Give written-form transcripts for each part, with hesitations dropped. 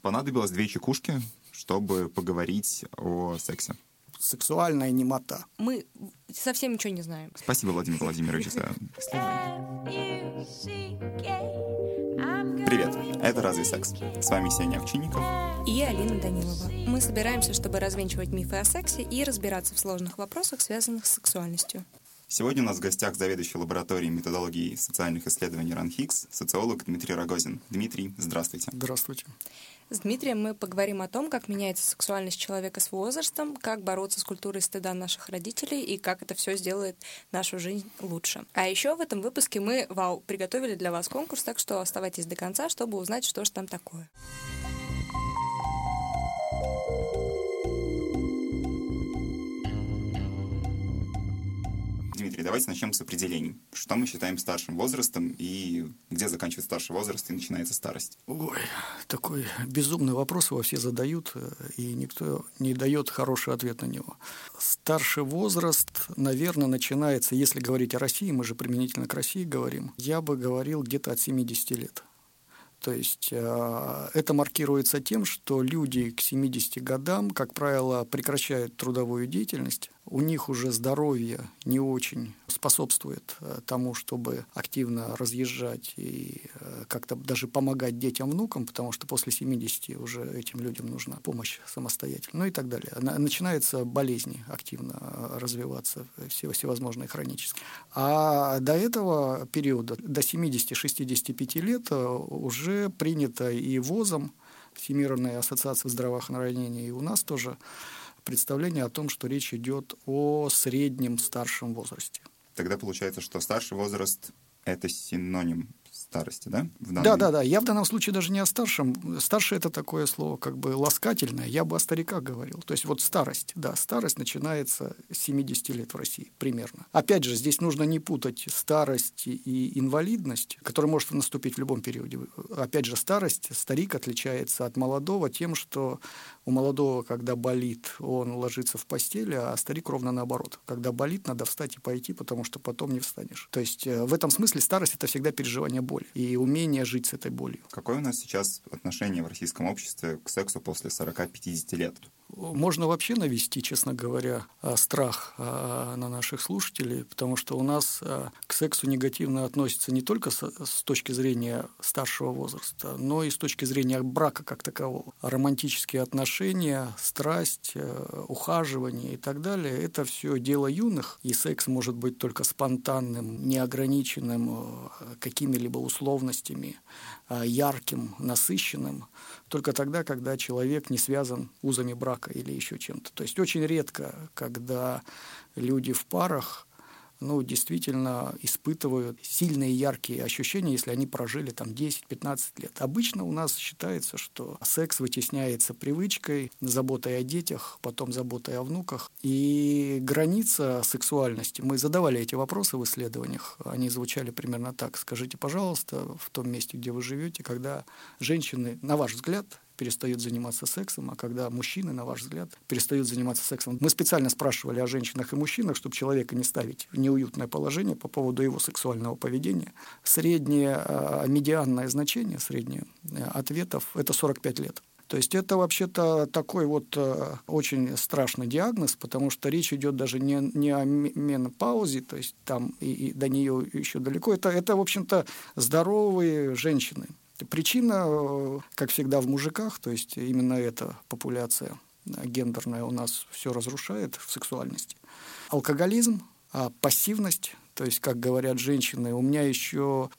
Понадобилось 2 чекушки, чтобы поговорить о сексе. Сексуальная немота. Мы совсем ничего не знаем. Спасибо, Владимир Владимирович, за исследование. Привет, это «Разве секс?». С вами Сеня Овчинников И Алина Данилова. Мы собираемся, чтобы развенчивать мифы о сексе и разбираться в сложных вопросах, связанных с сексуальностью. Сегодня у нас в гостях заведующий лабораторией методологии социальных исследований РАНХИКС, социолог Дмитрий Рогозин. Дмитрий, здравствуйте. Здравствуйте. С Дмитрием мы поговорим о том, как меняется сексуальность человека с возрастом, как бороться с культурой стыда наших родителей и как это все сделает нашу жизнь лучше. А еще в этом выпуске мы, приготовили для вас конкурс, так что оставайтесь до конца, чтобы узнать, что же там такое. Дмитрий, давайте начнем с определений. Что мы считаем старшим возрастом и где заканчивается старший возраст и начинается старость? Ой, такой безумный вопрос его все задают, и никто не дает хороший ответ на него. Старший возраст, наверное, начинается, если говорить о России, мы же применительно к России говорим, я бы говорил где-то от 70 лет. То есть это маркируется тем, что люди к 70 годам, как правило, прекращают трудовую деятельность, у них уже здоровье не очень способствует тому, чтобы активно разъезжать и как-то даже помогать детям, внукам, потому что после 70 уже этим людям нужна помощь самостоятельно, ну и так далее. Начинаются болезни активно развиваться, всевозможные хронические. А до этого периода, до 70-65 лет, уже принято и ВОЗом, Всемирной ассоциацией здравоохранения, и у нас тоже представление о том, что речь идет о среднем старшем возрасте. Тогда получается, что старший возраст – это синоним старости, да? Да. Я в данном случае даже не о старшем. Старший – это такое слово как бы ласкательное. Я бы о стариках говорил. То есть вот старость. Да, старость начинается с 70 лет в России примерно. Опять же, здесь нужно не путать старость и инвалидность, которая может наступить в любом периоде. Опять же, старик отличается от молодого тем, что у молодого, когда болит, он ложится в постели, а старик ровно наоборот. Когда болит, надо встать и пойти, потому что потом не встанешь. То есть в этом смысле старость – это всегда переживание боли и умение жить с этой болью. Какое у нас сейчас отношение в российском обществе к сексу после 40-50 лет? Можно вообще навести, честно говоря, страх на наших слушателей, потому что у нас к сексу негативно относятся не только с точки зрения старшего возраста, но и с точки зрения брака как такового. Романтические отношения, страсть, ухаживание и так далее – это все дело юных, и секс может быть только спонтанным, неограниченным какими-либо условностями, ярким, насыщенным, только тогда, когда человек не связан узами брака или еще чем-то. То есть очень редко, когда люди в парах действительно испытывают сильные яркие ощущения, если они прожили там 10-15 лет. Обычно у нас считается, что секс вытесняется привычкой, заботой о детях, потом заботой о внуках. И граница сексуальности, мы задавали эти вопросы в исследованиях, они звучали примерно так. Скажите, пожалуйста, в том месте, где вы живете, когда женщины, на ваш взгляд, перестают заниматься сексом, а когда мужчины, на ваш взгляд, перестают заниматься сексом. Мы специально спрашивали о женщинах и мужчинах, чтобы человека не ставить в неуютное положение по поводу его сексуального поведения. Среднее медианное значение, среднее ответов – это 45 лет. То есть это вообще-то такой вот очень страшный диагноз, потому что речь идет даже не о менопаузе, то есть там и до нее еще далеко. Это, в общем-то, здоровые женщины. Причина, как всегда, в мужиках, то есть именно эта популяция гендерная у нас все разрушает в сексуальности. Алкоголизм, пассивность, то есть, как говорят женщины, у меня еще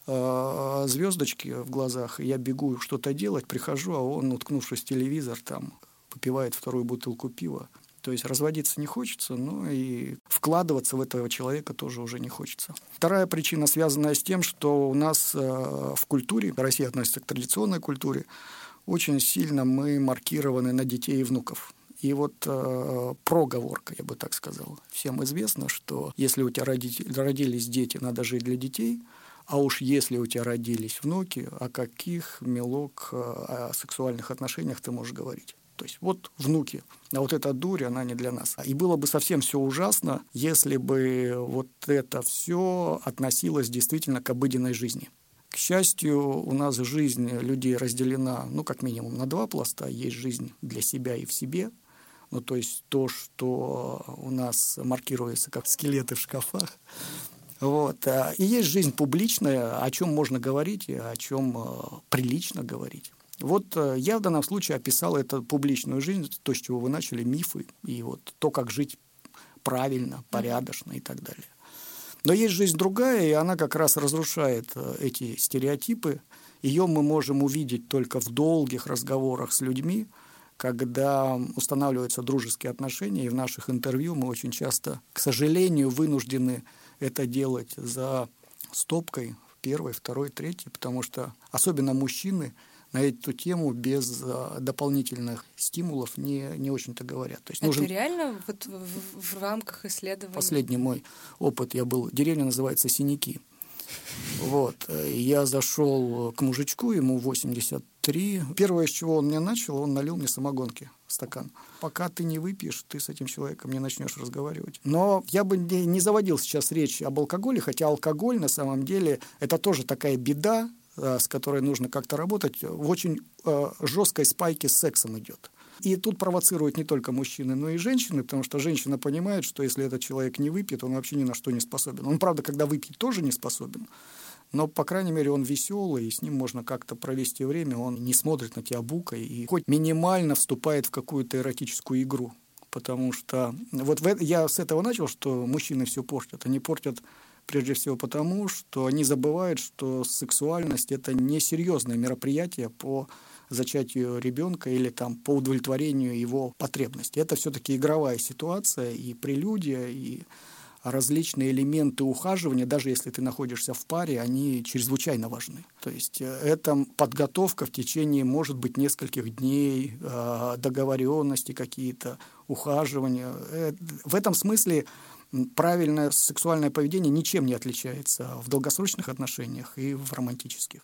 звездочки в глазах, и я бегу что-то делать, прихожу, а он, уткнувшись в телевизор, там попивает 2-ю бутылку пива. То есть разводиться не хочется, но и вкладываться в этого человека тоже уже не хочется. Вторая причина, связанная с тем, что у нас в культуре, Россия относится к традиционной культуре, очень сильно мы маркированы на детей и внуков. И вот проговорка, я бы так сказал. Всем известно, что если у тебя родились дети, надо жить для детей, а уж если у тебя родились внуки, о каких, милок, о сексуальных отношениях ты можешь говорить? То есть вот внуки, а вот эта дурь, она не для нас. И было бы совсем все ужасно, если бы вот это все относилось действительно к обыденной жизни. К счастью, у нас жизнь людей разделена, как минимум на два пласта. Есть жизнь для себя и в себе. То есть то, что у нас маркируется как скелеты в шкафах. И есть жизнь публичная, о чем можно говорить и о чем прилично говорить. Я в данном случае описал эту публичную жизнь, то, с чего вы начали, мифы, и то, как жить правильно, порядочно и так далее. Но есть жизнь другая, и она как раз разрушает эти стереотипы. Ее мы можем увидеть только в долгих разговорах с людьми, когда устанавливаются дружеские отношения, и в наших интервью мы очень часто, к сожалению, вынуждены это делать за стопкой в первой, второй, третьей, потому что особенно мужчины на эту тему без дополнительных стимулов не очень-то говорят. То есть это реально в рамках исследований? Последний мой опыт, деревня называется Синяки. Я зашел к мужичку, ему 83. Первое, с чего он мне начал, он налил мне самогонки в стакан. Пока ты не выпьешь, ты с этим человеком не начнешь разговаривать. Но я бы не заводил сейчас речь об алкоголе, хотя алкоголь на самом деле это тоже такая беда, с которой нужно как-то работать, в очень жесткой спайке с сексом идет. И тут провоцируют не только мужчины, но и женщины, потому что женщина понимает, что если этот человек не выпьет, он вообще ни на что не способен. Он, правда, когда выпьет, тоже не способен, но, по крайней мере, он веселый, и с ним можно как-то провести время, он не смотрит на тебя букой и хоть минимально вступает в какую-то эротическую игру. Потому что я с этого начал, что мужчины все портят. Они портят прежде всего потому, что они забывают, что сексуальность – это несерьезное мероприятие по зачатию ребенка или по удовлетворению его потребностей. Это все-таки игровая ситуация, и прелюдия, и различные элементы ухаживания, даже если ты находишься в паре, они чрезвычайно важны. То есть это подготовка в течение, может быть, нескольких дней, договоренности какие-то, ухаживания. В этом смысле правильное сексуальное поведение ничем не отличается в долгосрочных отношениях и в романтических.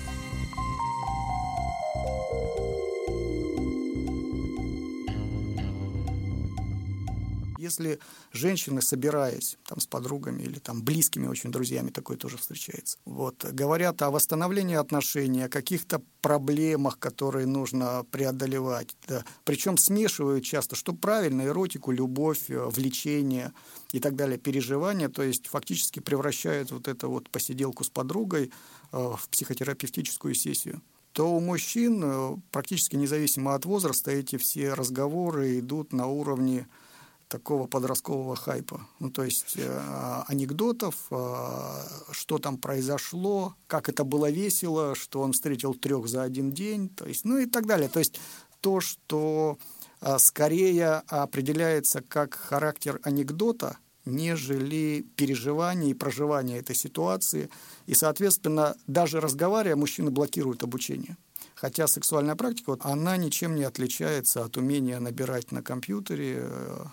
Если женщины, собираясь с подругами или близкими очень друзьями, такое тоже встречается, говорят о восстановлении отношений, о каких-то проблемах, которые нужно преодолевать, да. Причем смешивают часто, что правильно, эротику, любовь, влечение и так далее, переживания, то есть фактически превращают эту посиделку с подругой в психотерапевтическую сессию. То у мужчин, практически независимо от возраста, эти все разговоры идут на уровне такого подросткового хайпа. То есть анекдотов, что там произошло, как это было весело, что он встретил 3 за один день, то есть, и так далее. То есть то, что скорее определяется как характер анекдота, нежели переживание и проживание этой ситуации. И, соответственно, даже разговаривая, мужчины блокируют обучение. Хотя сексуальная практика, она ничем не отличается от умения набирать на компьютере,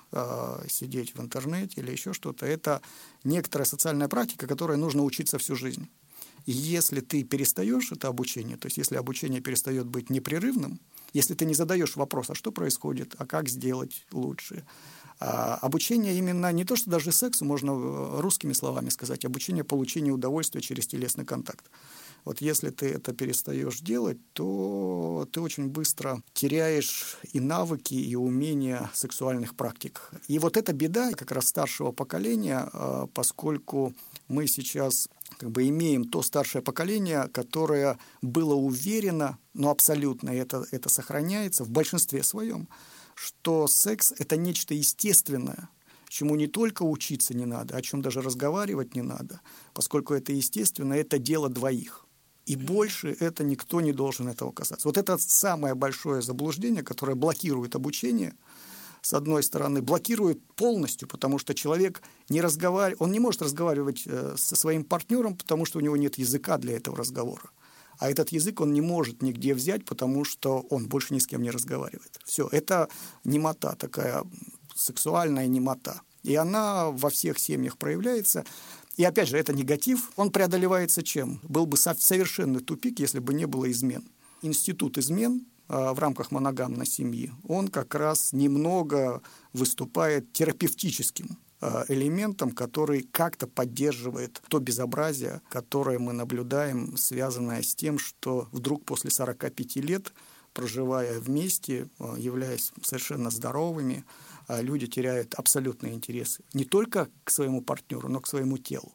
сидеть в интернете или еще что-то. Это некоторая социальная практика, которой нужно учиться всю жизнь. И если ты перестаешь это обучение, то есть если обучение перестает быть непрерывным, если ты не задаешь вопрос, а что происходит, а как сделать лучше, обучение именно не то, что даже сексу, можно русскими словами сказать, обучение получению удовольствия через телесный контакт. Если ты это перестаешь делать, то ты очень быстро теряешь и навыки, и умения сексуальных практик. И это беда как раз старшего поколения, поскольку мы сейчас имеем то старшее поколение, которое было уверено, но абсолютно это сохраняется в большинстве своем, что секс – это нечто естественное, чему не только учиться не надо, о чем даже разговаривать не надо, поскольку это естественно, это дело двоих. И больше это никто не должен этого касаться. Это самое большое заблуждение, которое блокирует обучение. С одной стороны, блокирует полностью, потому что человек он не может разговаривать со своим партнером, потому что у него нет языка для этого разговора. А этот язык он не может нигде взять, потому что он больше ни с кем не разговаривает. Все, это немота, такая сексуальная немота. И она во всех семьях проявляется. И опять же, это негатив, он преодолевается чем? Был бы совершенный тупик, если бы не было измен. Институт измен в рамках моногамной семьи, он как раз немного выступает терапевтическим элементом, который как-то поддерживает то безобразие, которое мы наблюдаем, связанное с тем, что вдруг после 45 лет, проживая вместе, являясь совершенно здоровыми, люди теряют абсолютные интересы не только к своему партнеру, но к своему телу.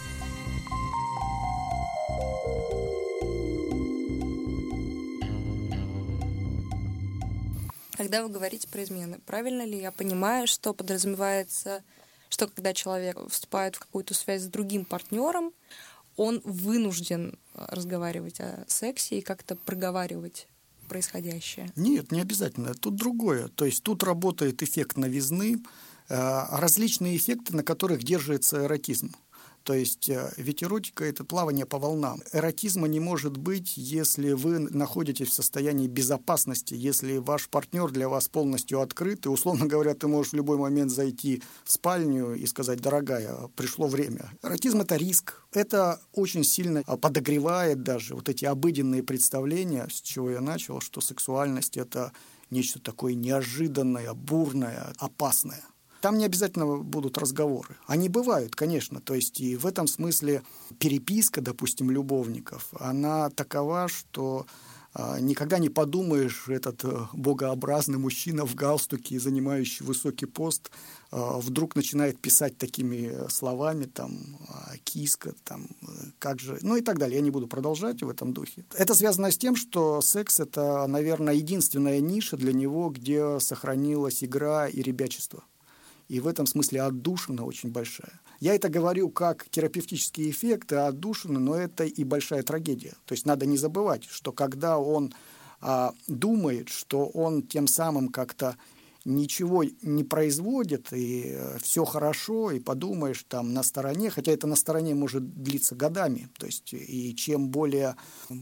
Когда вы говорите про измены, правильно ли я понимаю, что подразумевается, что когда человек вступает в какую-то связь с другим партнером, он вынужден разговаривать о сексе и как-то проговаривать происходящее? Нет, не обязательно. Тут другое. То есть тут работает эффект новизны, различные эффекты, на которых держится эротизм. То есть ведь эротика – это плавание по волнам. Эротизма не может быть, если вы находитесь в состоянии безопасности, если ваш партнер для вас полностью открыт, и, условно говоря, ты можешь в любой момент зайти в спальню и сказать: дорогая, пришло время. Эротизм – это риск. Это очень сильно подогревает даже вот эти обыденные представления, с чего я начал, что сексуальность – это нечто такое неожиданное, бурное, опасное. Там не обязательно будут разговоры. Они бывают, конечно. То есть и в этом смысле переписка, допустим, любовников, она такова, что никогда не подумаешь, этот богообразный мужчина в галстуке, занимающий высокий пост, вдруг начинает писать такими словами, там, киска, там, как же, ну и так далее. Я не буду продолжать в этом духе. Это связано с тем, что секс – это, наверное, единственная ниша для него, где сохранилась игра и ребячество. И в этом смысле отдушина очень большая. Я это говорю как терапевтические эффекты, отдушины, но это и большая трагедия. То есть надо не забывать, что когда он думает, что он тем самым как-то ничего не производит, и все хорошо, и подумаешь, там на стороне, хотя это на стороне может длиться годами. То есть и чем более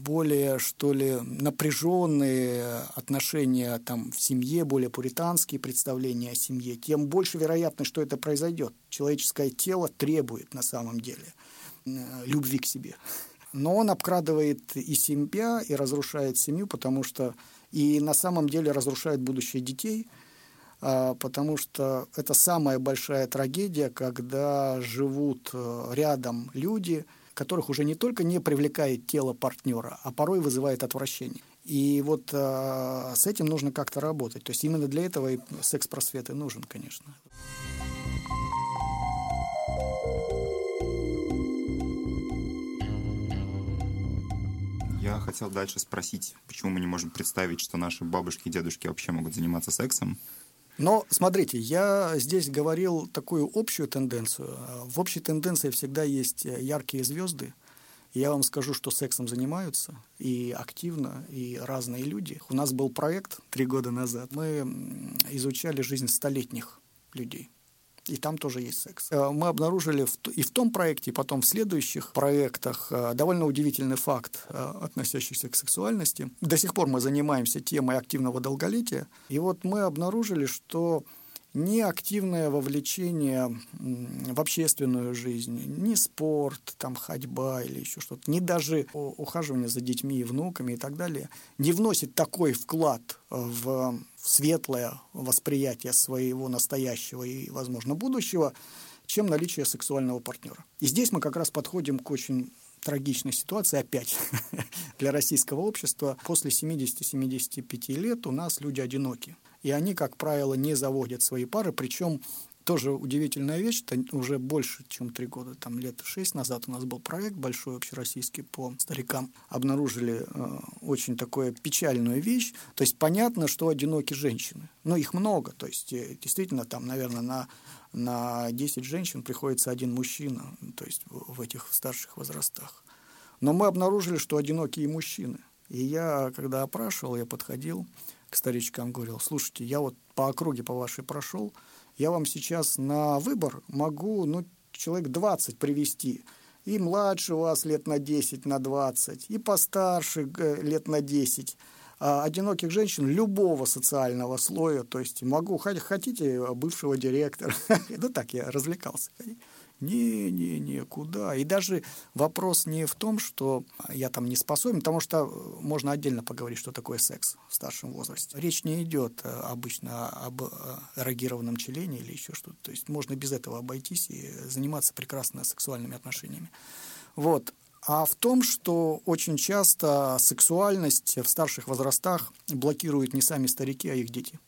что ли, напряженные отношения там в семье, более пуританские представления о семье, тем больше вероятность, что это произойдет. Человеческое тело требует на самом деле любви к себе. Но он обкрадывает и себя, и разрушает семью, потому что и на самом деле разрушает будущее детей, потому что это самая большая трагедия, когда живут рядом люди, которых уже не только не привлекает тело партнера, а порой вызывает отвращение. И вот с этим нужно как-то работать. То есть именно для этого и секс-просвет и нужен, конечно. Я хотел дальше спросить, почему мы не можем представить, что наши бабушки и дедушки вообще могут заниматься сексом? Но, смотрите, я здесь говорил такую общую тенденцию. В общей тенденции всегда есть яркие звезды. Я вам скажу, что сексом занимаются и активно, и разные люди. У нас был проект 3 года назад. Мы изучали жизнь столетних людей. И там тоже есть секс. Мы обнаружили и в том проекте, и потом в следующих проектах довольно удивительный факт, относящийся к сексуальности. До сих пор мы занимаемся темой активного долголетия. И вот мы обнаружили, что ни активное вовлечение в общественную жизнь, ни спорт, там, ходьба или еще что-то, ни даже ухаживание за детьми и внуками и так далее не вносит такой вклад в светлое восприятие своего настоящего и, возможно, будущего, чем наличие сексуального партнера. И здесь мы как раз подходим к очень трагичной ситуации опять для российского общества. После 70-75 лет у нас люди одиноки. И они, как правило, не заводят свои пары, причем тоже удивительная вещь, это уже больше, чем 3 года, там лет 6 назад у нас был проект большой общероссийский по старикам. Обнаружили очень такую печальную вещь. То есть понятно, что одиноки женщины, но их много. То есть действительно там, наверное, на 10 женщин приходится 1 мужчина, то есть в этих старших возрастах. Но мы обнаружили, что одиноки и мужчины. И я, когда опрашивал, я подходил к старичкам, говорил: слушайте, я вот по округе по вашей прошел, я вам сейчас на выбор могу, человек 20 привести. И младше вас лет на 10, на 20, и постарше лет на 10. Одиноких женщин любого социального слоя, то есть могу, хотите бывшего директора, ну так я развлекался. Не, куда. И даже вопрос не в том, что я там не способен, потому что можно отдельно поговорить, что такое секс в старшем возрасте. Речь не идет обычно об эрогированном члене или еще что-то. То есть можно без этого обойтись и заниматься прекрасно сексуальными отношениями. Вот. А в том, что очень часто сексуальность в старших возрастах блокируют не сами старики, а их дети.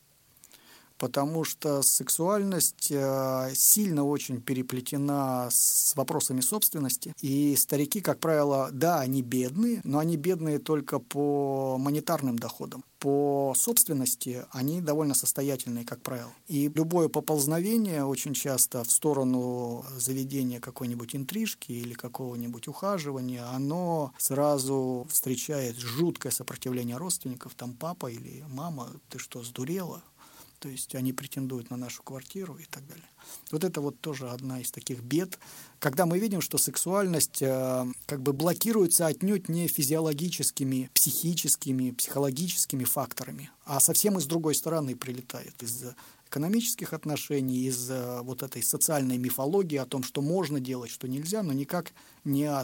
Потому что сексуальность сильно очень переплетена с вопросами собственности. И старики, как правило, да, они бедные, но они бедные только по монетарным доходам. По собственности они довольно состоятельные, как правило. И любое поползновение очень часто в сторону заведения какой-нибудь интрижки или какого-нибудь ухаживания, оно сразу встречает жуткое сопротивление родственников. Там папа или мама, ты что, сдурела? То есть они претендуют на нашу квартиру и так далее. Вот это вот тоже одна из таких бед, когда мы видим, что сексуальность как бы блокируется отнюдь не физиологическими, психическими, психологическими факторами, а совсем из другой стороны прилетает, из экономических отношений, из вот этой социальной мифологии о том, что можно делать, что нельзя, но никак не от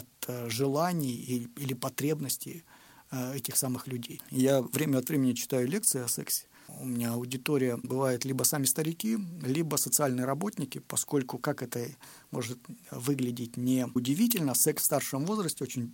желаний или потребностей этих самых людей. Я время от времени читаю лекции о сексе. У меня аудитория бывает либо сами старики, либо социальные работники, поскольку, как это может выглядеть неудивительно, секс в старшем возрасте очень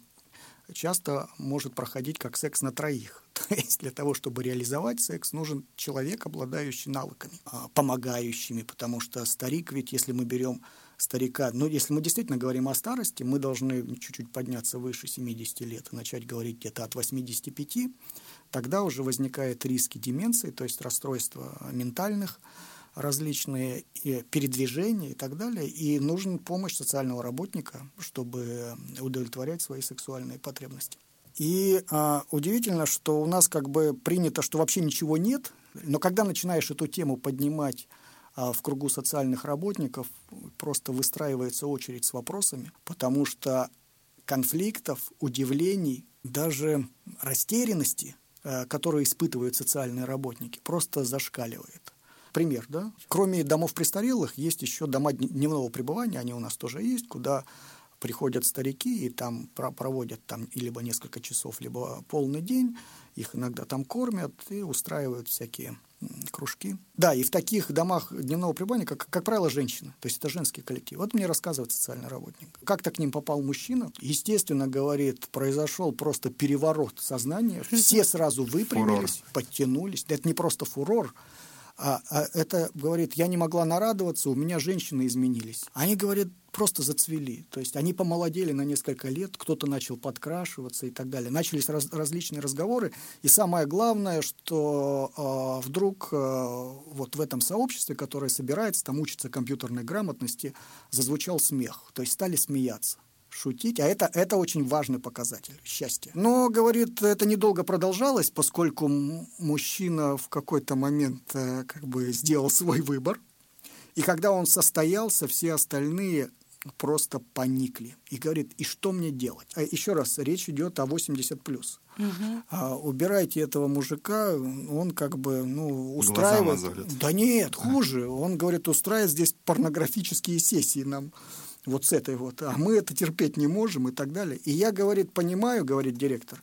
часто может проходить как секс на троих. То есть для того, чтобы реализовать секс, нужен человек, обладающий навыками, помогающими, потому что старик, ведь если мы берем старика, если мы действительно говорим о старости, мы должны чуть-чуть подняться выше 70 лет и начать говорить где-то от 85, тогда уже возникают риски деменции, то есть расстройства ментальных, различные передвижения и так далее. И нужна помощь социального работника, чтобы удовлетворять свои сексуальные потребности. И удивительно, что у нас как бы принято, что вообще ничего нет, но когда начинаешь эту тему поднимать в кругу социальных работников, просто выстраивается очередь с вопросами, потому что конфликтов, удивлений, даже растерянности, которые испытывают социальные работники, просто зашкаливает. Пример, да? Кроме домов престарелых, есть еще дома дневного пребывания, они у нас тоже есть, куда приходят старики и там проводят там либо несколько часов, либо полный день, их иногда там кормят и устраивают всякие кружки. Да, и в таких домах дневного пребывания, как правило, женщины, то есть это женский коллектив. Вот мне рассказывает социальный работник. Как-то к ним попал мужчина, естественно, говорит, произошел просто переворот сознания, все сразу выпрямились, подтянулись. Да это не просто фурор, а это, говорит, я не могла нарадоваться, у меня женщины изменились. Они, говорят, просто зацвели. То есть они помолодели на несколько лет, кто-то начал подкрашиваться и так далее. Начались различные разговоры. И самое главное, что вдруг вот в этом сообществе, которое собирается, там учится компьютерной грамотности, зазвучал смех. То есть стали смеяться, шутить, а это очень важный показатель счастья. Но, говорит, это недолго продолжалось, поскольку мужчина в какой-то момент как бы сделал свой выбор, и когда он состоялся, все остальные просто поникли. И говорит, и что мне делать? Еще раз, речь идет о 80+. Убирайте этого мужика, он как бы, устраивает... Да нет, хуже. Он, говорит, устраивает здесь порнографические сессии нам. Вот с этой вот, а мы это терпеть не можем и так далее. И я, говорит, понимаю, говорит директор,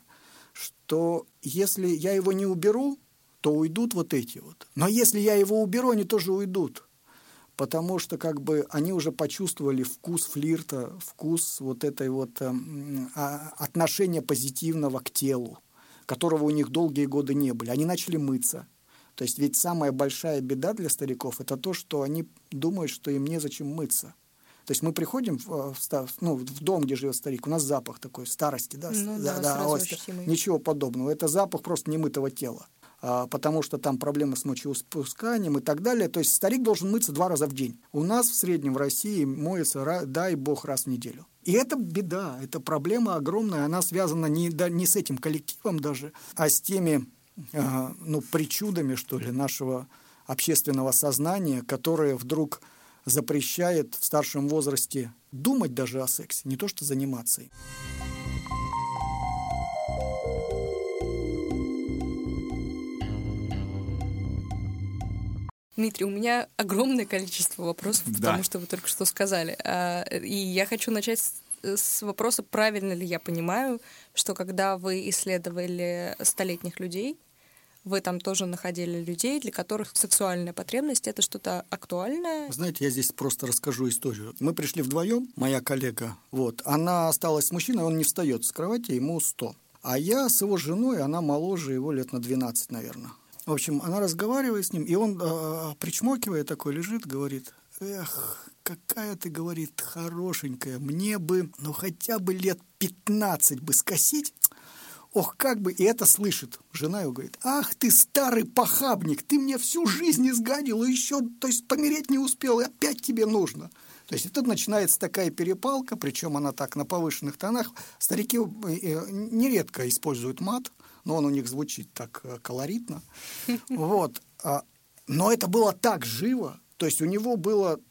что если я его не уберу, то уйдут вот эти вот. Но если я его уберу, они тоже уйдут. Потому что как бы они уже почувствовали вкус флирта, вкус вот этой вот отношения позитивного к телу, которого у них долгие годы не были. Они начали мыться. То есть ведь самая большая беда для стариков – это то, что они думают, что им незачем мыться. То есть мы приходим в дом, где живет старик, у нас запах такой старости, да, ничего подобного. Это запах просто немытого тела, потому что там проблемы с мочеиспусканием и так далее. То есть старик должен мыться 2 раза в день. У нас в среднем в России моется, дай бог, раз в неделю. И это беда, это проблема огромная. Она связана не с этим коллективом даже, а с теми причудами, что ли, нашего общественного сознания, которые вдруг запрещает в старшем возрасте думать даже о сексе, не то что заниматься им. Дмитрий, у меня огромное количество вопросов, потому что вы только что сказали. И я хочу начать с вопроса, правильно ли я понимаю, что когда вы исследовали 100-летних людей, вы там тоже находили людей, для которых сексуальная потребность — это что-то актуальное? Знаете, я здесь просто расскажу историю. Мы пришли вдвоем, моя коллега, она осталась с мужчиной, он не встает с кровати, ему 100. А я с его женой, она моложе его лет на 12, наверное. В общем, она разговаривает с ним, и он, причмокивая, такой лежит, говорит: эх, какая ты, говорит, хорошенькая, мне бы, хотя бы лет 15 бы скосить. Ох, как бы, и это слышит. Жена его говорит: ах ты, старый похабник, ты мне всю жизнь изгадил, и еще, то есть, помереть не успел, и опять тебе нужно. То есть, и тут начинается такая перепалка, причем она так на повышенных тонах. Старики нередко используют мат, но он у них звучит так колоритно. Но это было так живо, то есть, у него было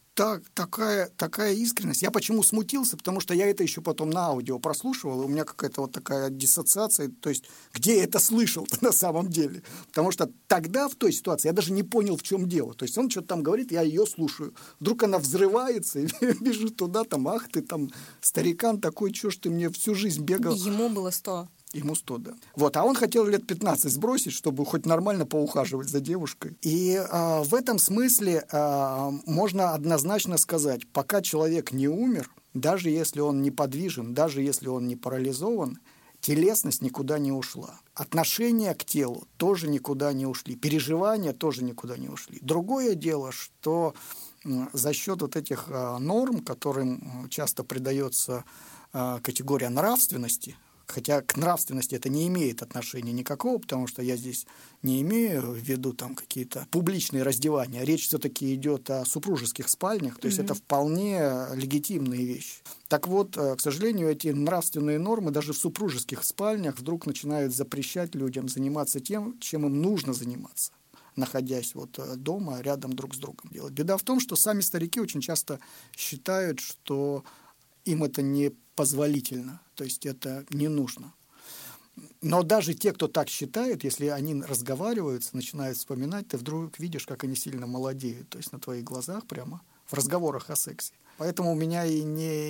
такая искренность. Я почему смутился? Потому что я это еще потом на аудио прослушивал, и у меня какая-то такая диссоциация, то есть где я это слышал на самом деле. Потому что тогда, в той ситуации, я даже не понял, в чем дело. То есть он что-то там говорит, я ее слушаю. Вдруг она взрывается и бежит туда, ах ты там, старикан такой, что ж ты мне всю жизнь бегал. Ему было 100. Ему 100, да. А он хотел лет 15 сбросить, чтобы хоть нормально поухаживать за девушкой. И в этом смысле можно однозначно сказать, пока человек не умер, даже если он неподвижен, даже если он не парализован, телесность никуда не ушла. Отношения к телу тоже никуда не ушли. Переживания тоже никуда не ушли. Другое дело, что за счет этих норм, которым часто придается категория нравственности, хотя к нравственности это не имеет отношения никакого, потому что я здесь не имею в виду там какие-то публичные раздевания. Речь все-таки идет о супружеских спальнях, то есть это вполне легитимные вещи. Так вот, к сожалению, эти нравственные нормы даже в супружеских спальнях вдруг начинают запрещать людям заниматься тем, чем им нужно заниматься, находясь дома рядом друг с другом. Беда в том, что сами старики очень часто считают, что им это не позволительно, то есть это не нужно. Но даже те, кто так считает, если они разговариваются, начинают вспоминать, ты вдруг видишь, как они сильно молодеют, то есть на твоих глазах прямо в разговорах о сексе. Поэтому у меня и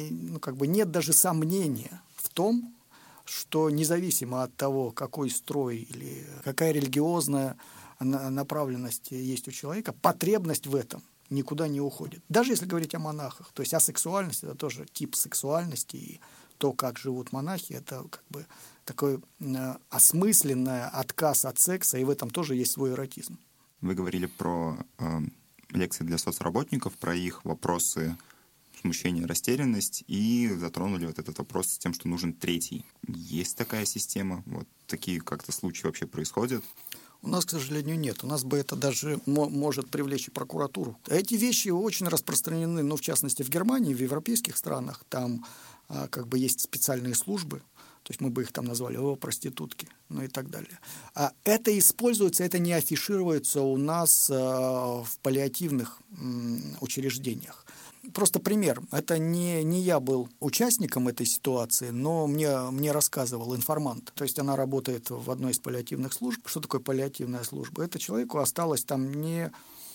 нет даже сомнения в том, что независимо от того, какой строй или какая религиозная направленность есть у человека, потребность в этом никуда не уходит. Даже если говорить о монахах. То есть асексуальность — это тоже тип сексуальности, и то, как живут монахи, это такой осмысленный отказ от секса, и в этом тоже есть свой эротизм. Вы говорили про лекции для соцработников, про их вопросы смущение, растерянность, и затронули этот вопрос с тем, что нужен третий. Есть такая система? Такие как-то случаи вообще происходят? У нас, к сожалению, нет. У нас бы это даже может привлечь и прокуратуру. Эти вещи очень распространены, в частности, в Германии, в европейских странах. Там есть специальные службы, то есть мы бы их там назвали проститутки, и так далее. А это используется, это не афишируется у нас в паллиативных учреждениях. Просто пример. Это не я был участником этой ситуации, но мне рассказывал информант. То есть она работает в одной из паллиативных служб. Что такое паллиативная служба? Это человеку осталось там не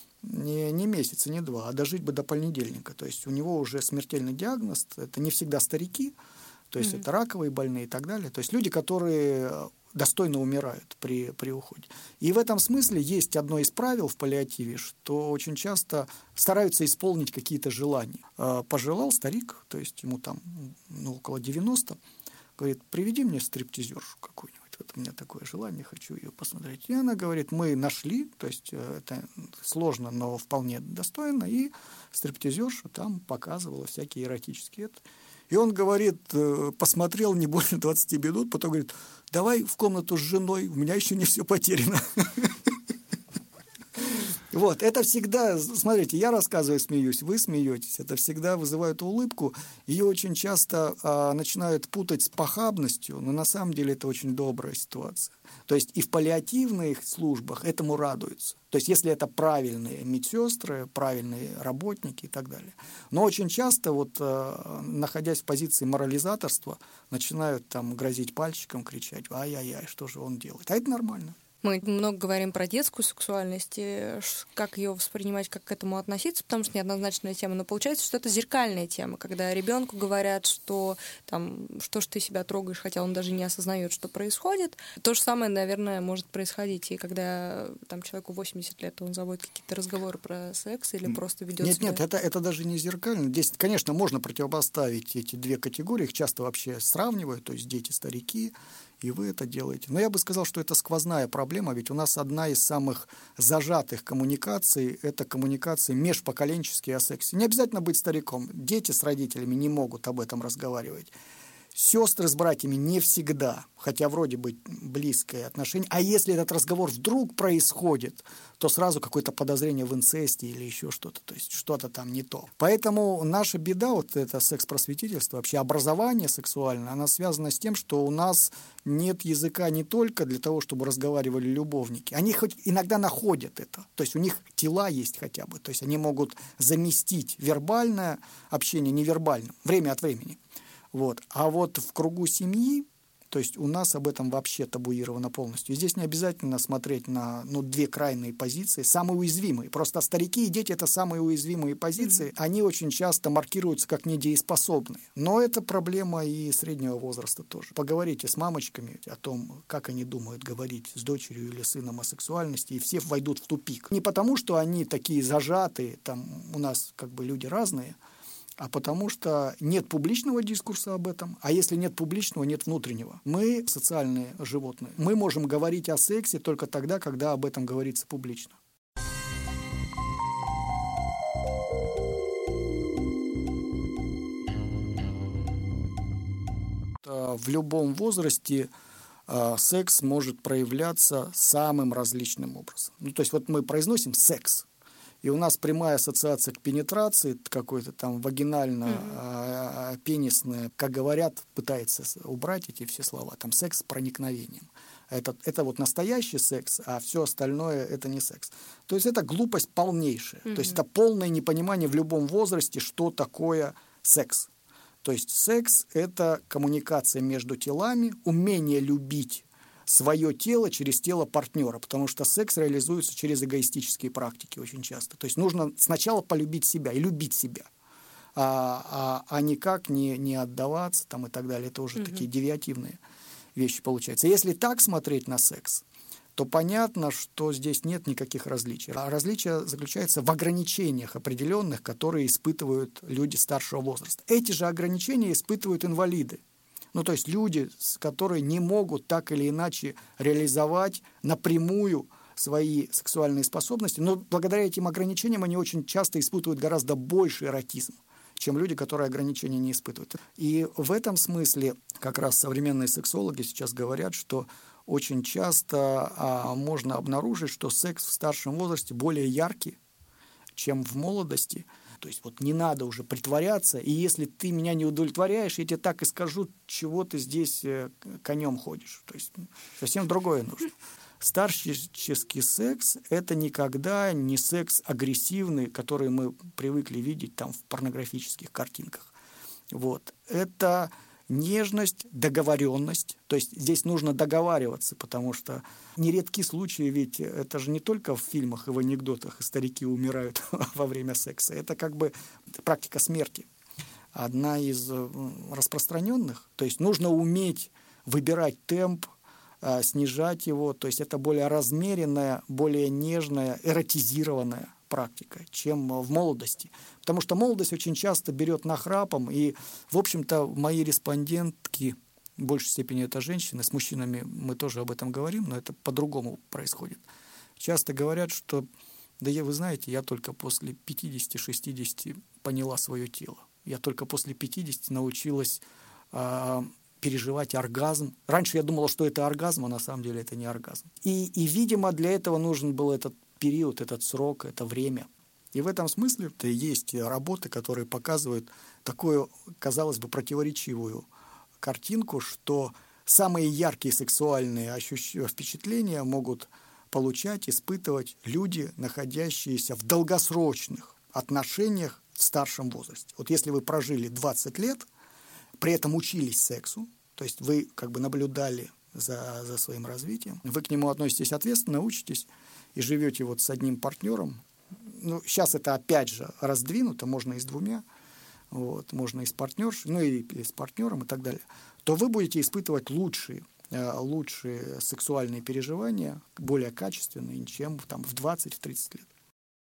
месяц, не два, а дожить бы до понедельника. То есть у него уже смертельный диагноз. Это не всегда старики, то есть это раковые больные и так далее. То есть люди, которые достойно умирают при уходе. И в этом смысле есть одно из правил в паллиативе, что очень часто стараются исполнить какие-то желания. Пожелал старик, то есть ему там около 90, говорит: приведи мне стриптизершу какую-нибудь. У меня такое желание, хочу ее посмотреть. И она говорит: мы нашли, то есть это сложно, но вполне достойно, и стриптизерша там показывала всякие эротические. И он говорит, посмотрел не больше 20 минут, потом говорит: давай в комнату с женой, у меня еще не все потеряно. Это всегда, смотрите, я рассказываю, смеюсь, вы смеетесь, это всегда вызывает улыбку. Ее очень часто начинают путать с похабностью, но на самом деле это очень добрая ситуация. То есть и в паллиативных службах этому радуются. То есть если это правильные медсестры, правильные работники и так далее. Но очень часто, находясь в позиции морализаторства, начинают там грозить пальчиком, кричать: ай-яй-яй, что же он делает? А это нормально. Мы много говорим про детскую сексуальность, и как ее воспринимать, как к этому относиться, потому что неоднозначная тема. Но получается, что это зеркальная тема, когда ребенку говорят, что там, что ж ты себя трогаешь, хотя он даже не осознает, что происходит. То же самое, наверное, может происходить, и когда там человеку 80 лет, он заводит какие-то разговоры про секс или просто ведет себя... Нет, это даже не зеркально. Здесь, конечно, можно противопоставить эти две категории, их часто вообще сравнивают, то есть дети, старики, и вы это делаете. Но я бы сказал, что это сквозная проблема, ведь у нас одна из самых зажатых коммуникаций – это коммуникации межпоколенческие о сексе. Не обязательно быть стариком. Дети с родителями не могут об этом разговаривать. Сестры с братьями не всегда, хотя вроде бы близкое отношение. А если этот разговор вдруг происходит, то сразу какое-то подозрение в инцесте или еще что-то, то есть что-то там не то. Поэтому наша беда, вот это секс-просветительство, вообще образование сексуальное, она связана с тем, что у нас нет языка не только для того, чтобы разговаривали любовники. Они хоть иногда находят это, то есть у них тела есть хотя бы, то есть они могут заместить вербальное общение невербальным, время от времени. Вот. А вот в кругу семьи, то есть у нас об этом вообще табуировано полностью. И здесь не обязательно смотреть на две крайние позиции, самые уязвимые. Просто старики и дети – это самые уязвимые позиции. Они очень часто маркируются как недееспособные. Но это проблема и среднего возраста тоже. Поговорите с мамочками о том, как они думают говорить с дочерью или сыном о сексуальности, и все войдут в тупик. Не потому, что они такие зажатые, там у нас как бы люди разные, а потому что нет публичного дискурса об этом, а если нет публичного, нет внутреннего. Мы социальные животные. Мы можем говорить о сексе только тогда, когда об этом говорится публично. В любом возрасте секс может проявляться самым различным образом. То есть вот мы произносим «секс», и у нас прямая ассоциация к пенетрации, какой-то там вагинально-пенисная, как говорят, пытается убрать эти все слова, там секс с проникновением. Это вот настоящий секс, а все остальное это не секс. То есть это глупость полнейшая. То есть это полное непонимание в любом возрасте, что такое секс. То есть секс – это коммуникация между телами, умение любить свое тело через тело партнера, потому что секс реализуется через эгоистические практики очень часто. То есть нужно сначала полюбить себя и любить себя, а никак не отдаваться там, и так далее. Это уже такие девиативные вещи получаются. Если так смотреть на секс, то понятно, что здесь нет никаких различий. А различие заключается в ограничениях определенных, которые испытывают люди старшего возраста. Эти же ограничения испытывают инвалиды. То есть люди, которые не могут так или иначе реализовать напрямую свои сексуальные способности, но благодаря этим ограничениям они очень часто испытывают гораздо больший эротизм, чем люди, которые ограничения не испытывают. И в этом смысле как раз современные сексологи сейчас говорят, что очень часто можно обнаружить, что секс в старшем возрасте более яркий, чем в молодости. То есть вот не надо уже притворяться, и если ты меня не удовлетворяешь, я тебе так и скажу, чего ты здесь конем ходишь. То есть совсем другое нужно. Старческий секс – это никогда не секс агрессивный, который мы привыкли видеть там в порнографических картинках. Вот. Это нежность, договоренность. То есть здесь нужно договариваться, потому что нередки случаи, ведь это же не только в фильмах и в анекдотах, и старики умирают во время секса. Это как бы практика смерти. Одна из распространенных. То есть нужно уметь выбирать темп, снижать его. То есть это более размеренная, более нежная, эротизированная практика, чем в молодости. Потому что молодость очень часто берет нахрапом, и, в общем-то, мои респондентки, в большей степени это женщины, с мужчинами мы тоже об этом говорим, но это по-другому происходит. Часто говорят, что, вы знаете, я только после 50-60 поняла свое тело. Я только после 50 научилась переживать оргазм. Раньше я думала, что это оргазм, а на самом деле это не оргазм. И видимо, для этого нужен был этот период, этот срок, это время. И в этом смысле есть работы, которые показывают такую, казалось бы, противоречивую картинку, что самые яркие сексуальные впечатления могут получать, испытывать люди, находящиеся в долгосрочных отношениях в старшем возрасте. Вот если вы прожили 20 лет, при этом учились сексу, то есть вы как бы наблюдали за своим развитием. Вы к нему относитесь ответственно, учитесь и живете вот с одним партнером. Ну, сейчас это опять же раздвинуто, можно и с двумя, вот, можно и с партнершей, ну и с партнером и так далее. То вы будете испытывать лучшие сексуальные переживания, более качественные, чем там, в 20-30 лет.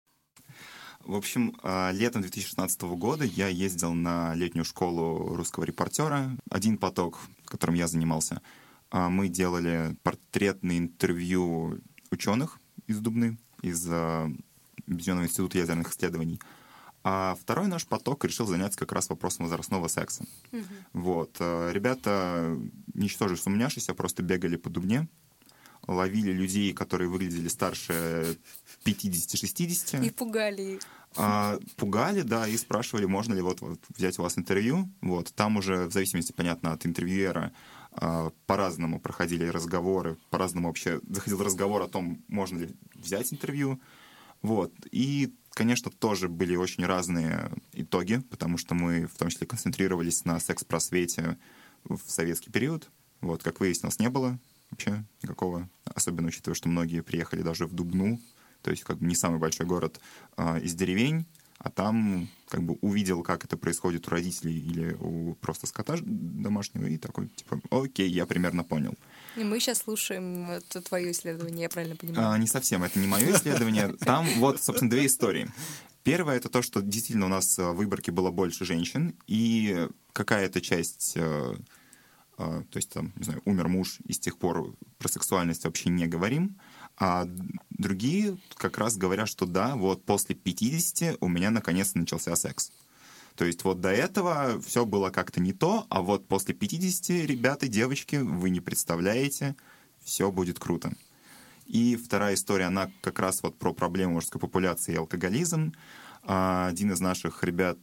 В общем, летом 2016 года я ездил на летнюю школу русского репортера. Один поток, которым я занимался, мы делали портретные интервью ученых из Дубны, из Объединенного института ядерных исследований. А второй наш поток решил заняться как раз вопросом возрастного секса. Вот. Ребята, ничтоже сумняшися, просто бегали по Дубне, ловили людей, которые выглядели старше 50-60. И пугали их. Пугали, да, и спрашивали, можно ли вот взять у вас интервью. Вот. Там уже, в зависимости, понятно, от интервьюера, по-разному проходили разговоры, по-разному вообще заходил разговор о том, можно ли взять интервью. Вот. И, конечно, тоже были очень разные итоги, потому что мы в том числе концентрировались на секс-просвете в советский период. Вот, как выяснилось, не было вообще никакого, особенно учитывая, что многие приехали даже в Дубну, то есть как бы не самый большой город, из деревень, а там как бы увидел, как это происходит у родителей или у просто скота домашнего, и такой, типа, окей, я примерно понял. И мы сейчас слушаем это твое исследование, я правильно понимаю? Не совсем, это не мое исследование. Там вот, собственно, две истории. Первое — это то, что действительно у нас в выборке было больше женщин, и какая-то часть, то есть там, не знаю, умер муж, и с тех пор про сексуальность вообще не говорим, а другие как раз говорят, что да, вот после 50 у меня наконец-то начался секс. То есть вот до этого все было как-то не то, а вот после 50, ребята, девочки, вы не представляете, все будет круто. И вторая история, она как раз вот про проблему мужской популяции и алкоголизм. Один из наших ребят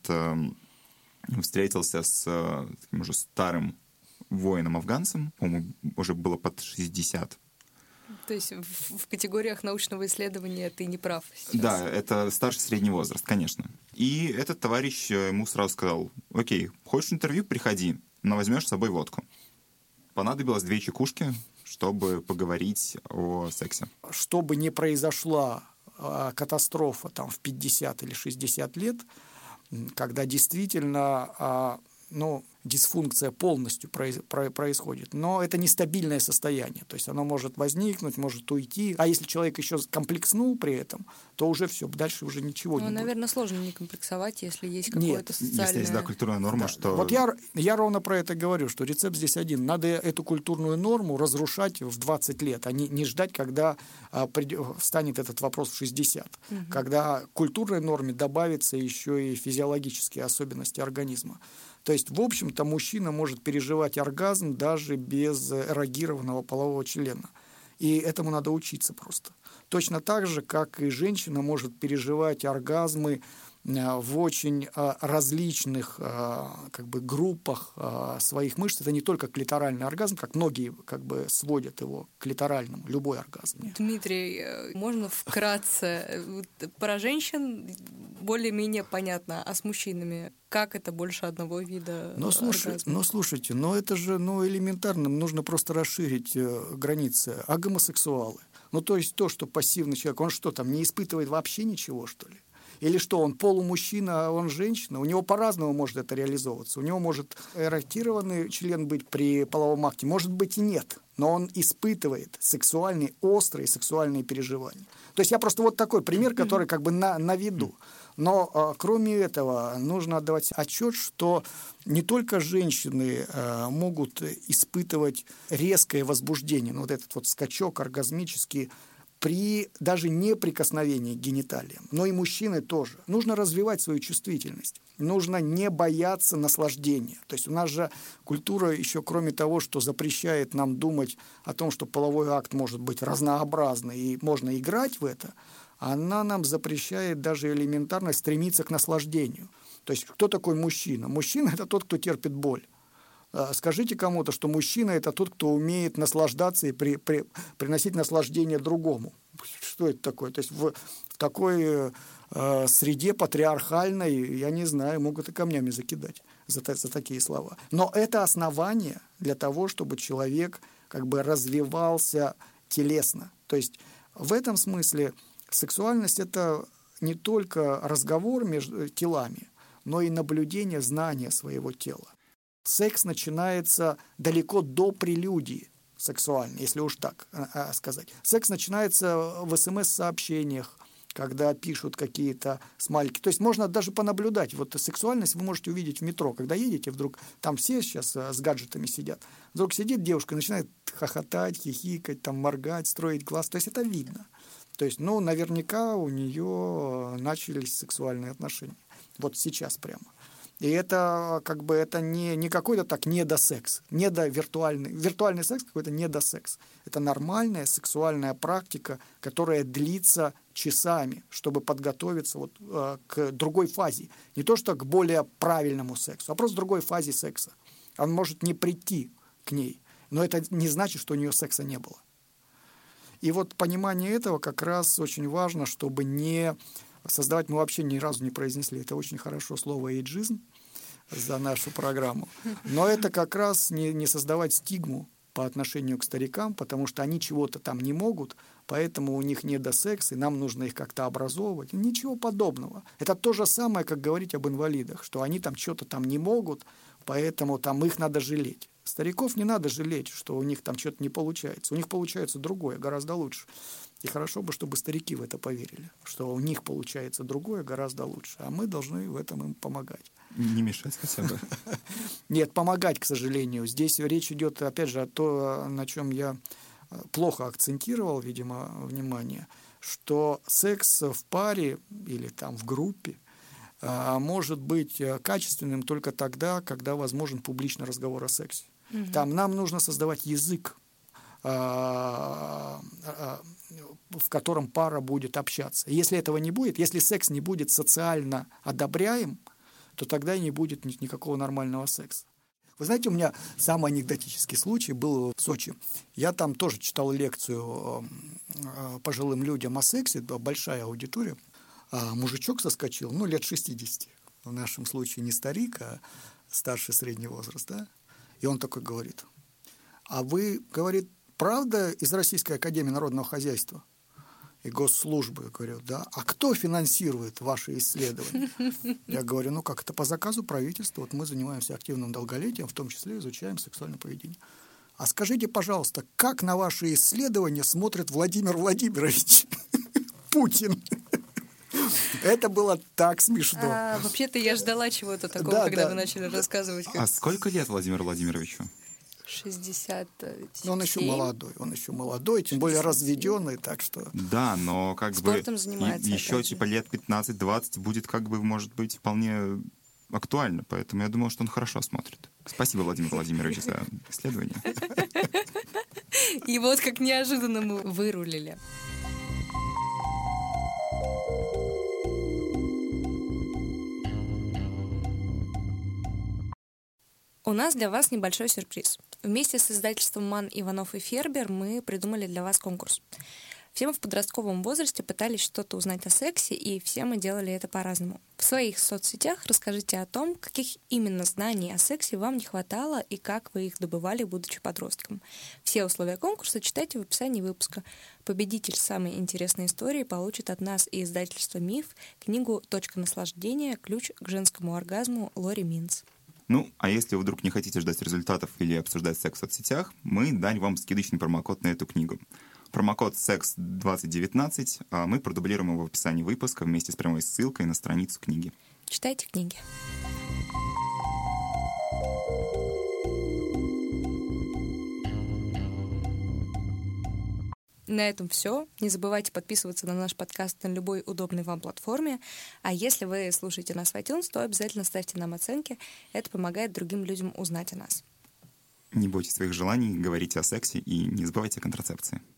встретился с таким уже старым воином-афганцем, по-моему, уже было под 60. То есть в категориях научного исследования ты не прав сейчас. Да, это старший средний возраст, конечно. И этот товарищ ему сразу сказал: окей, хочешь интервью, приходи, но возьмешь с собой водку. Понадобилось 2 чекушки, чтобы поговорить о сексе. Чтобы не произошла катастрофа там, в 50 или 60 лет, когда действительно дисфункция полностью происходит. Но это нестабильное состояние. То есть оно может возникнуть, может уйти. А если человек еще комплекснул при этом, то уже все, дальше уже ничего не будет. Наверное, сложно не комплексовать, если есть какое-то социальное... Если есть, да, культурная норма, да. что... Вот я ровно про это говорю, что рецепт здесь один. Надо эту культурную норму разрушать в 20 лет, а не ждать, когда встанет этот вопрос в 60. Когда к культурной норме добавится еще и физиологические особенности организма. То есть, в общем-то, мужчина может переживать оргазм даже без эрогированного полового члена. И этому надо учиться просто. Точно так же, как и женщина может переживать оргазмы в очень различных группах своих мышц. Это не только клиторальный оргазм, как многие сводят его к клиторальному, любой оргазм. Дмитрий, можно вкратце? Про женщин более-менее понятно, а с мужчинами как это больше одного вида оргазма? Слушайте, это же элементарно, нужно просто расширить границы. А гомосексуалы? То есть то, что пассивный человек, он что там, не испытывает вообще ничего, что ли? Или что, он полумужчина, а он женщина? У него по-разному может это реализовываться. У него может эротированный член быть при половом акте, может быть и нет. Но он испытывает острые сексуальные переживания. То есть я просто вот такой пример, который на виду. Но кроме этого нужно отдавать отчет, что не только женщины могут испытывать резкое возбуждение, вот этот вот скачок оргазмический, при даже не прикосновении к гениталиям, но и мужчины тоже. Нужно развивать свою чувствительность. Нужно не бояться наслаждения. То есть у нас же культура еще, кроме того, что запрещает нам думать о том, что половой акт может быть разнообразный и можно играть в это, она нам запрещает даже элементарно стремиться к наслаждению. То есть кто такой мужчина? Мужчина – это тот, кто терпит боль. Скажите кому-то, что мужчина – это тот, кто умеет наслаждаться и приносить наслаждение другому. Что это такое? То есть в такой среде патриархальной, я не знаю, могут и камнями закидать за такие слова. Но это основание для того, чтобы человек как бы развивался телесно. То есть в этом смысле сексуальность — это не только разговор между телами, но и наблюдение, знание своего тела. Секс начинается далеко до прелюдии сексуальной, если уж так сказать. Секс начинается в СМС-сообщениях, когда пишут какие-то смайлики. То есть можно даже понаблюдать. Вот сексуальность вы можете увидеть в метро. Когда едете, вдруг там все сейчас с гаджетами сидят. Вдруг сидит девушка и начинает хохотать, хихикать, там, моргать, строить глаз. То есть это видно. То есть, наверняка у нее начались сексуальные отношения. Вот сейчас прямо. И это как бы это не какой-то так недосекс, виртуальный секс, какой-то недосекс. Это нормальная сексуальная практика, которая длится часами, чтобы подготовиться к другой фазе. Не то что к более правильному сексу, а просто к другой фазе секса. Он может не прийти к ней, но это не значит, что у нее секса не было. И вот понимание этого как раз очень важно, чтобы не создавать, мы вообще ни разу не произнесли, это очень хорошо слово «эйджизм» за нашу программу, но это как раз не создавать стигму по отношению к старикам, потому что они чего-то там не могут, поэтому у них недосекс, и нам нужно их как-то образовывать. Ничего подобного. Это то же самое, как говорить об инвалидах, что они там что-то там не могут, поэтому там их надо жалеть. Стариков не надо жалеть, что у них там что-то не получается. У них получается другое, гораздо лучше. И хорошо бы, чтобы старики в это поверили, что у них получается другое гораздо лучше, а мы должны в этом им помогать. Не мешать хотя бы. Нет, помогать, к сожалению. Здесь речь идет, опять же, о том, на чем я плохо акцентировал, видимо, внимание, что секс в паре или там в группе может быть качественным только тогда, когда возможен публичный разговор о сексе. Там нам нужно создавать язык, в котором пара будет общаться. Если этого не будет, если секс не будет социально одобряем, то тогда и не будет никакого нормального секса. Вы знаете, у меня самый анекдотический случай был в Сочи. Я там тоже читал лекцию пожилым людям о сексе, большая аудитория. Мужичок соскочил, лет 60. В нашем случае не старик, а старший средний возраст, да? И он такой говорит: а вы, говорит, правда из Российской академии народного хозяйства и госслужбы? Я говорю, да. А кто финансирует ваши исследования? Я говорю, как это по заказу правительства. Вот мы занимаемся активным долголетием, в том числе изучаем сексуальное поведение. А скажите, пожалуйста, как на ваши исследования смотрит Владимир Владимирович Путин? Это было так смешно. Вообще-то я ждала чего-то такого, когда вы начали рассказывать. А сколько лет Владимиру Владимировичу? 67. Но он еще молодой, тем более разведенный, так что... Да, но как спортом бы занимается, еще лет 15-20 будет может быть вполне актуально, поэтому я думал, что он хорошо смотрит. Спасибо, Владимир Владимирович, за исследование. И вот как неожиданно мы вырулили. У нас для вас небольшой сюрприз. Вместе с издательством «Ман, Иванов и Фербер» мы придумали для вас конкурс. Все мы в подростковом возрасте пытались что-то узнать о сексе, и все мы делали это по-разному. В своих соцсетях расскажите о том, каких именно знаний о сексе вам не хватало и как вы их добывали, будучи подростком. Все условия конкурса читайте в описании выпуска. Победитель самой интересной истории получит от нас и издательства «Миф» книгу «Точка наслаждения. Ключ к женскому оргазму» Лори Минц. А если вы вдруг не хотите ждать результатов или обсуждать секс в соцсетях, мы дали вам скидочный промокод на эту книгу. Промокод SEX2019 мы продублируем его в описании выпуска вместе с прямой ссылкой на страницу книги. Читайте книги. На этом все. Не забывайте подписываться на наш подкаст на любой удобной вам платформе. А если вы слушаете нас в iTunes, то обязательно ставьте нам оценки. Это помогает другим людям узнать о нас. Не бойтесь своих желаний, говорите о сексе и не забывайте о контрацепции.